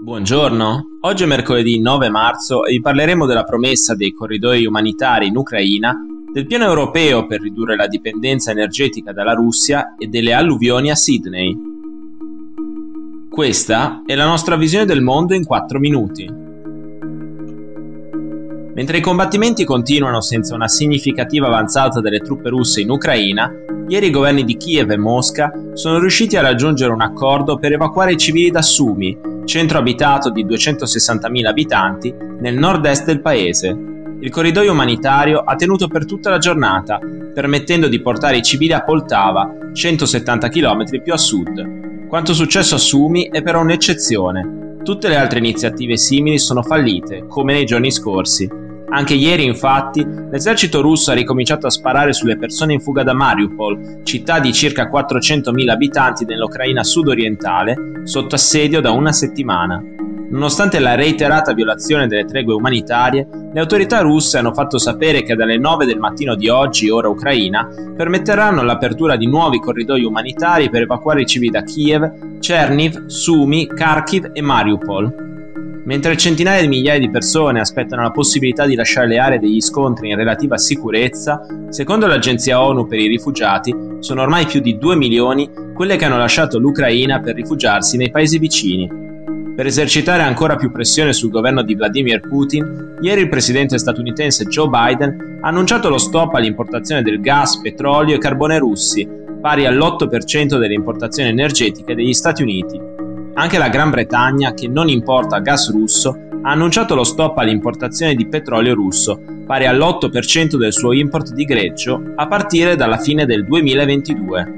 Buongiorno, oggi è mercoledì 9 marzo e vi parleremo della promessa dei corridoi umanitari in Ucraina, del piano europeo per ridurre la dipendenza energetica dalla Russia e delle alluvioni a Sydney. Questa è la nostra visione del mondo in 4 minuti. Mentre i combattimenti continuano senza una significativa avanzata delle truppe russe in Ucraina, ieri i governi di Kiev e Mosca sono riusciti a raggiungere un accordo per evacuare i civili da Sumy, centro abitato di 260.000 abitanti, nel nord-est del paese. Il corridoio umanitario ha tenuto per tutta la giornata, permettendo di portare i civili a Poltava, 170 km più a sud. Quanto successo a Sumy è però un'eccezione. Tutte le altre iniziative simili sono fallite, come nei giorni scorsi. Anche ieri, infatti, l'esercito russo ha ricominciato a sparare sulle persone in fuga da Mariupol, città di circa 400.000 abitanti nell'Ucraina sud-orientale, sotto assedio da una settimana. Nonostante la reiterata violazione delle tregue umanitarie, le autorità russe hanno fatto sapere che dalle 9 del mattino di oggi, ora ucraina, permetteranno l'apertura di nuovi corridoi umanitari per evacuare i civili da Kiev, Cherniv, Sumy, Kharkiv e Mariupol. Mentre centinaia di migliaia di persone aspettano la possibilità di lasciare le aree degli scontri in relativa sicurezza, secondo l'Agenzia ONU per i rifugiati, sono ormai più di 2 milioni quelle che hanno lasciato l'Ucraina per rifugiarsi nei paesi vicini. Per esercitare ancora più pressione sul governo di Vladimir Putin, ieri il presidente statunitense Joe Biden ha annunciato lo stop all'importazione del gas, petrolio e carbone russi, pari all'8% delle importazioni energetiche degli Stati Uniti. Anche la Gran Bretagna, che non importa gas russo, ha annunciato lo stop all'importazione di petrolio russo, pari all'8% del suo import di greggio, a partire dalla fine del 2022.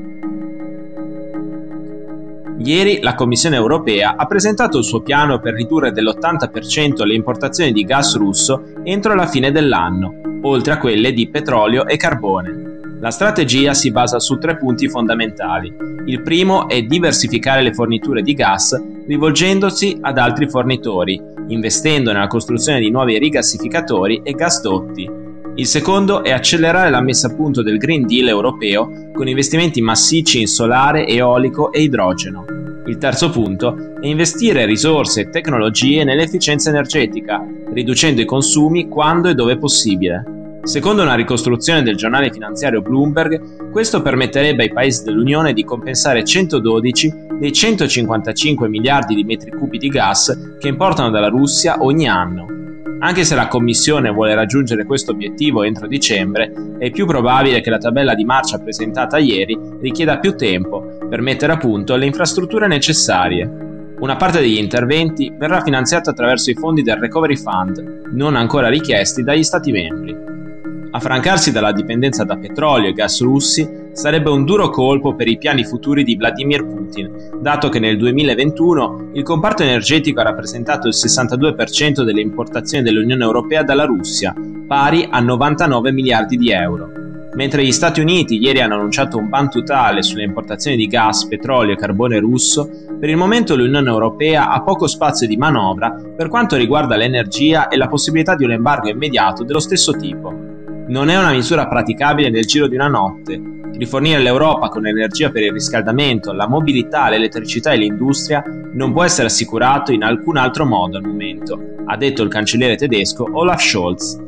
Ieri la Commissione europea ha presentato il suo piano per ridurre dell'80% le importazioni di gas russo entro la fine dell'anno, oltre a quelle di petrolio e carbone. La strategia si basa su 3 punti fondamentali. Il primo è diversificare le forniture di gas rivolgendosi ad altri fornitori, investendo nella costruzione di nuovi rigassificatori e gasdotti. Il secondo è accelerare la messa a punto del Green Deal europeo con investimenti massicci in solare, eolico e idrogeno. Il terzo punto è investire risorse e tecnologie nell'efficienza energetica, riducendo i consumi quando e dove possibile. Secondo una ricostruzione del giornale finanziario Bloomberg, questo permetterebbe ai paesi dell'Unione di compensare 112 dei 155 miliardi di metri cubi di gas che importano dalla Russia ogni anno. Anche se la Commissione vuole raggiungere questo obiettivo entro dicembre, è più probabile che la tabella di marcia presentata ieri richieda più tempo per mettere a punto le infrastrutture necessarie. Una parte degli interventi verrà finanziata attraverso i fondi del Recovery Fund, non ancora richiesti dagli Stati membri. Affrancarsi dalla dipendenza da petrolio e gas russi sarebbe un duro colpo per i piani futuri di Vladimir Putin, dato che nel 2021 il comparto energetico ha rappresentato il 62% delle importazioni dell'Unione Europea dalla Russia, pari a 99 miliardi di euro. Mentre gli Stati Uniti ieri hanno annunciato un ban totale sulle importazioni di gas, petrolio e carbone russo, per il momento l'Unione Europea ha poco spazio di manovra per quanto riguarda l'energia e la possibilità di un embargo immediato dello stesso tipo. Non è una misura praticabile nel giro di una notte. Rifornire l'Europa con energia per il riscaldamento, la mobilità, l'elettricità e l'industria non può essere assicurato in alcun altro modo al momento, ha detto il cancelliere tedesco Olaf Scholz.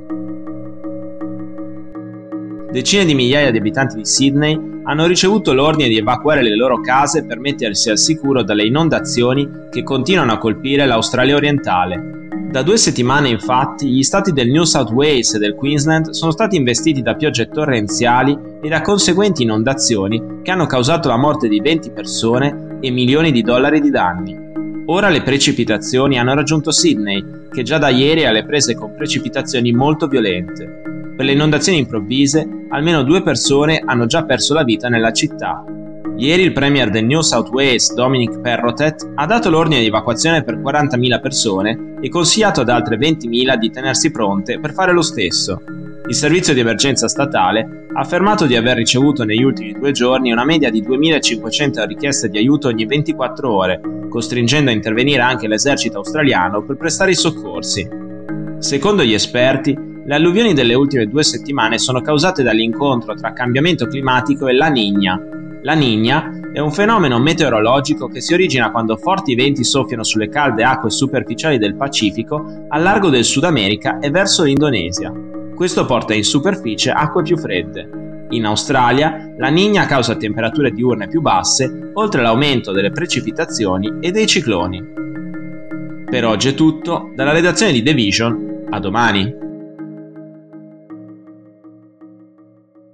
Decine di migliaia di abitanti di Sydney hanno ricevuto l'ordine di evacuare le loro case per mettersi al sicuro dalle inondazioni che continuano a colpire l'Australia orientale. Da 2 settimane, infatti, gli stati del New South Wales e del Queensland sono stati investiti da piogge torrenziali e da conseguenti inondazioni che hanno causato la morte di 20 persone e milioni di dollari di danni. Ora le precipitazioni hanno raggiunto Sydney, che già da ieri è alle prese con precipitazioni molto violente. Per le inondazioni improvvise, almeno 2 persone hanno già perso la vita nella città. Ieri il premier del New South Wales, Dominic Perrottet, ha dato l'ordine di evacuazione per 40.000 persone e consigliato ad altre 20.000 di tenersi pronte per fare lo stesso. Il servizio di emergenza statale ha affermato di aver ricevuto negli ultimi 2 giorni una media di 2.500 richieste di aiuto ogni 24 ore, costringendo a intervenire anche l'esercito australiano per prestare i soccorsi. Secondo gli esperti, le alluvioni delle ultime 2 settimane sono causate dall'incontro tra cambiamento climatico e La Niña. La Niña è un fenomeno meteorologico che si origina quando forti venti soffiano sulle calde acque superficiali del Pacifico al largo del Sud America e verso l'Indonesia. Questo porta in superficie acque più fredde. In Australia, la Niña causa temperature diurne più basse, oltre all'aumento delle precipitazioni e dei cicloni. Per oggi è tutto, dalla redazione di The Vision, a domani!